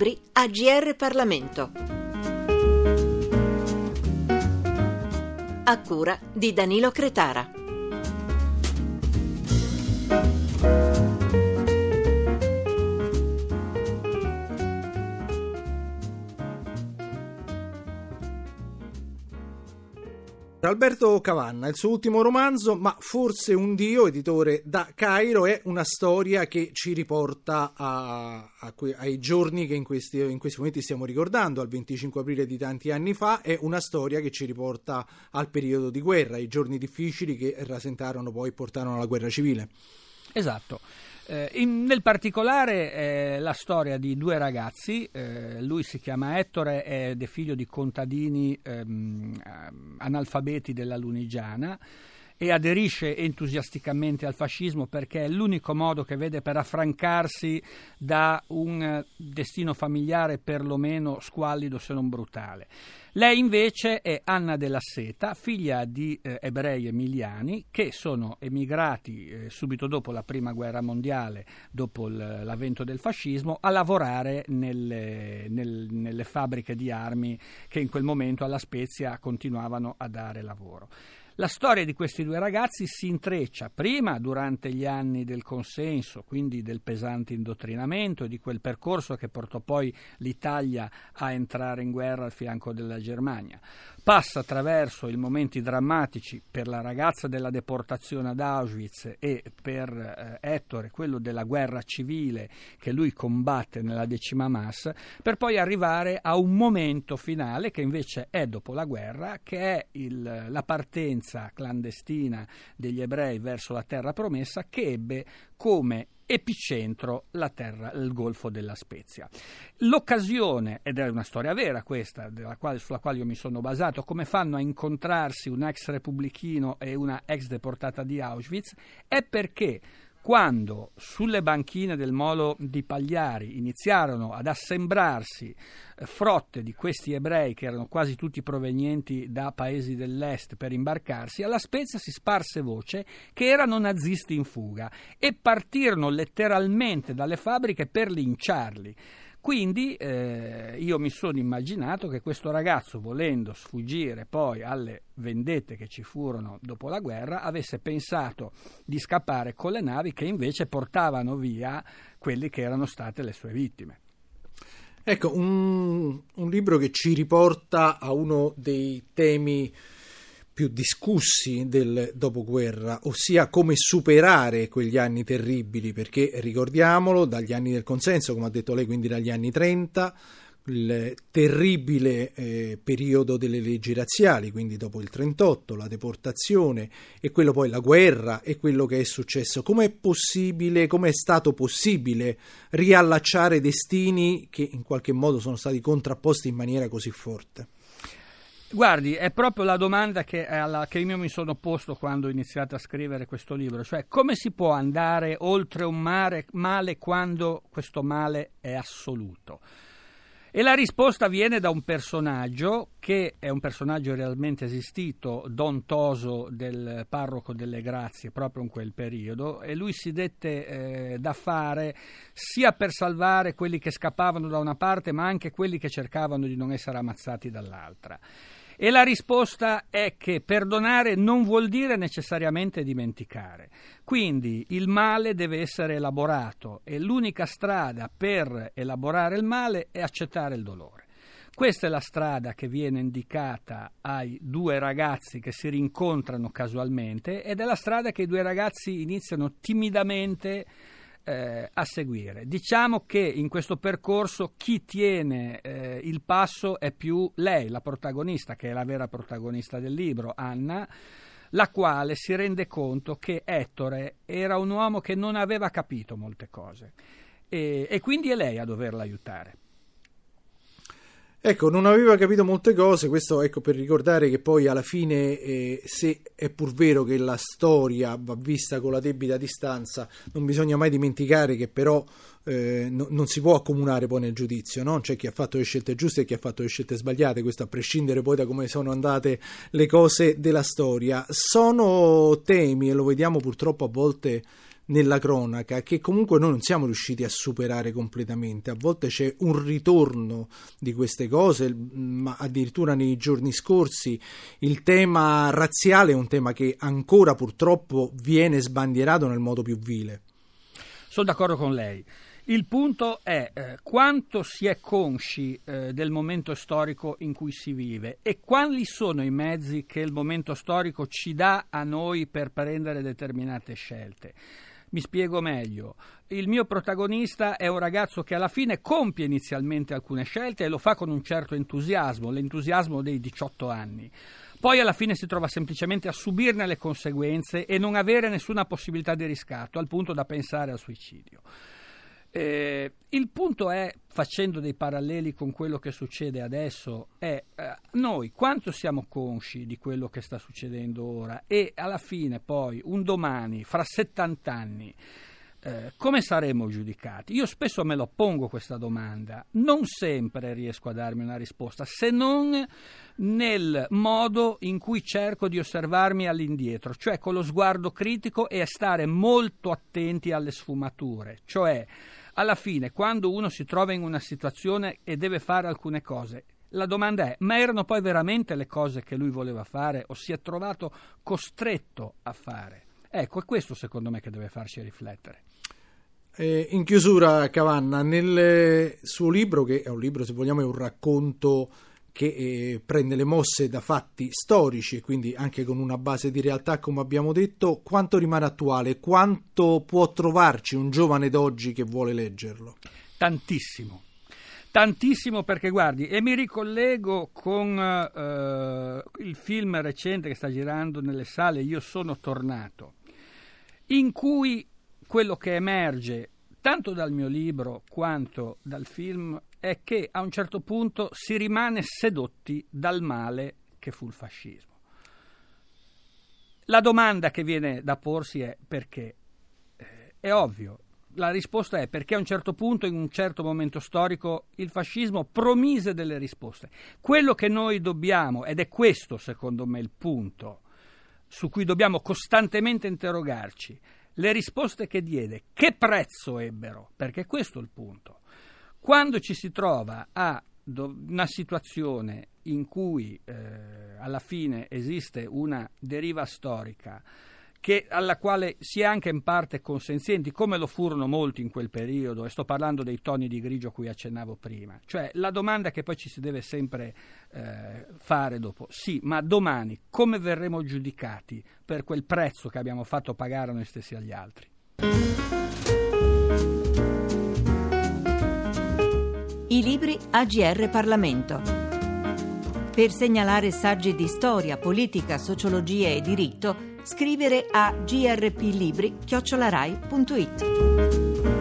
libri a GR Parlamento. A cura di Danilo Cretara. Alberto Cavanna, il suo ultimo romanzo, Ma forse un Dio, editore da Cairo, è una storia che ci riporta ai giorni che in questi momenti stiamo ricordando, al 25 aprile di tanti anni fa. È una storia che ci riporta al periodo di guerra, ai giorni difficili che rasentarono poi e portarono alla guerra civile. Esatto. Nel particolare la storia di due ragazzi, lui si chiama Ettore ed è figlio di contadini analfabeti della Lunigiana e aderisce entusiasticamente al fascismo perché è l'unico modo che vede per affrancarsi da un destino familiare perlomeno squallido se non brutale. Lei invece è Anna della Seta, figlia di ebrei emiliani che sono emigrati subito dopo la prima guerra mondiale, dopo l'avvento del fascismo, a lavorare nelle fabbriche di armi che in quel momento alla Spezia continuavano a dare lavoro. La storia di questi due ragazzi si intreccia prima durante gli anni del consenso, quindi del pesante indottrinamento e di quel percorso che portò poi l'Italia a entrare in guerra al fianco della Germania. Passa attraverso i momenti drammatici per la ragazza della deportazione ad Auschwitz e per Ettore quello della guerra civile che lui combatte nella 10ª MAS, per poi arrivare a un momento finale che invece è dopo la guerra, che è la partenza clandestina degli ebrei verso la terra promessa, che ebbe come epicentro il Golfo della Spezia. L'occasione, ed è una storia vera questa, sulla quale io mi sono basato, come fanno a incontrarsi un ex repubblichino e una ex deportata di Auschwitz, è perché quando sulle banchine del molo di Pagliari iniziarono ad assembrarsi frotte di questi ebrei che erano quasi tutti provenienti da paesi dell'est per imbarcarsi, alla Spezia si sparse voce che erano nazisti in fuga e partirono letteralmente dalle fabbriche per linciarli. Quindi io mi sono immaginato che questo ragazzo, volendo sfuggire poi alle vendette che ci furono dopo la guerra, avesse pensato di scappare con le navi che invece portavano via quelli che erano state le sue vittime. Ecco, un libro che ci riporta a uno dei temi più discussi del dopoguerra, ossia come superare quegli anni terribili, perché ricordiamolo, dagli anni del consenso, come ha detto lei, quindi dagli anni 30, il terribile periodo delle leggi razziali, quindi dopo il 38, la deportazione e quello poi la guerra e quello che è successo. Com'è possibile, com'è stato possibile riallacciare destini che in qualche modo sono stati contrapposti in maniera così forte? Guardi, è proprio la domanda che io mi sono posto quando ho iniziato a scrivere questo libro, cioè come si può andare oltre un male quando questo male è assoluto? E la risposta viene da un personaggio che è un personaggio realmente esistito, Don Toso, del parroco delle Grazie, proprio in quel periodo, e lui si dette da fare sia per salvare quelli che scappavano da una parte, ma anche quelli che cercavano di non essere ammazzati dall'altra. E la risposta è che perdonare non vuol dire necessariamente dimenticare. Quindi il male deve essere elaborato e l'unica strada per elaborare il male è accettare il dolore. Questa è la strada che viene indicata ai due ragazzi che si rincontrano casualmente ed è la strada che i due ragazzi iniziano timidamente a seguire. Diciamo che in questo percorso chi tiene il passo è più lei, la protagonista, che è la vera protagonista del libro, Anna, la quale si rende conto che Ettore era un uomo che non aveva capito molte cose e quindi è lei a doverla aiutare. Ecco, non aveva capito molte cose, questo ecco per ricordare che poi alla fine, se è pur vero che la storia va vista con la debita distanza, non bisogna mai dimenticare che però non si può accomunare poi nel giudizio, no? C'è chi ha fatto le scelte giuste e chi ha fatto le scelte sbagliate, questo a prescindere poi da come sono andate le cose della storia. Sono temi, e lo vediamo purtroppo a volte nella cronaca che comunque noi non siamo riusciti a superare completamente. A volte c'è un ritorno di queste cose, ma addirittura nei giorni scorsi il tema razziale è un tema che ancora purtroppo viene sbandierato nel modo più vile. Sono d'accordo con lei. Il punto è quanto si è consci del momento storico in cui si vive e quali sono i mezzi che il momento storico ci dà a noi per prendere determinate scelte. Mi spiego meglio. Il mio protagonista è un ragazzo che alla fine compie inizialmente alcune scelte e lo fa con un certo entusiasmo, l'entusiasmo dei 18 anni. Poi alla fine si trova semplicemente a subirne le conseguenze e non avere nessuna possibilità di riscatto, al punto da pensare al suicidio. Il punto è, facendo dei paralleli con quello che succede adesso, è noi quanto siamo consci di quello che sta succedendo ora e alla fine poi un domani, fra 70 anni, come saremo giudicati? Io spesso me lo pongo questa domanda, non sempre riesco a darmi una risposta, se non nel modo in cui cerco di osservarmi all'indietro, cioè con lo sguardo critico e a stare molto attenti alle sfumature, cioè alla fine quando uno si trova in una situazione e deve fare alcune cose, la domanda è: ma erano poi veramente le cose che lui voleva fare o si è trovato costretto a fare? Ecco, è questo secondo me che deve farci riflettere. In chiusura, Cavanna, nel suo libro, che è un libro, se vogliamo, è un racconto che prende le mosse da fatti storici e quindi anche con una base di realtà, come abbiamo detto, quanto rimane attuale, quanto può trovarci un giovane d'oggi che vuole leggerlo? Tantissimo, perché guardi, e mi ricollego con il film recente che sta girando nelle sale, Io sono tornato, in cui quello che emerge tanto dal mio libro quanto dal film è che a un certo punto si rimane sedotti dal male che fu il fascismo. La domanda che viene da porsi è perché? È ovvio, la risposta è perché a un certo punto, in un certo momento storico, il fascismo promise delle risposte. Quello che noi dobbiamo, ed è questo secondo me il punto su cui dobbiamo costantemente interrogarci, le risposte che diede, che prezzo ebbero? Perché questo è il punto. Quando ci si trova a una situazione in cui alla fine esiste una deriva storica alla quale si è anche in parte consenzienti, come lo furono molti in quel periodo, e sto parlando dei toni di grigio a cui accennavo prima, cioè la domanda che poi ci si deve sempre fare dopo: sì, ma domani come verremo giudicati per quel prezzo che abbiamo fatto pagare a noi stessi e agli altri? I libri AGR Parlamento. Per segnalare saggi di storia, politica, sociologia e diritto, scrivere a grplibri@rai.it.